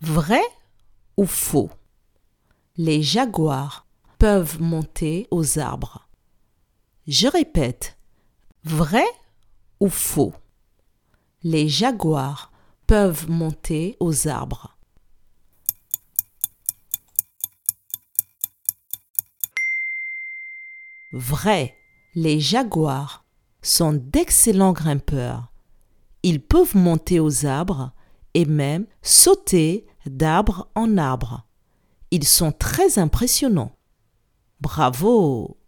Vrai ou faux? Les jaguars peuvent monter aux arbres. Je répète, vrai ou faux? Les jaguars peuvent monter aux arbres. Vrai, les jaguars sont d'excellents grimpeurs. Ils peuvent monter aux arbres et même sauter d'arbre en arbre. Ils sont très impressionnants. Bravo!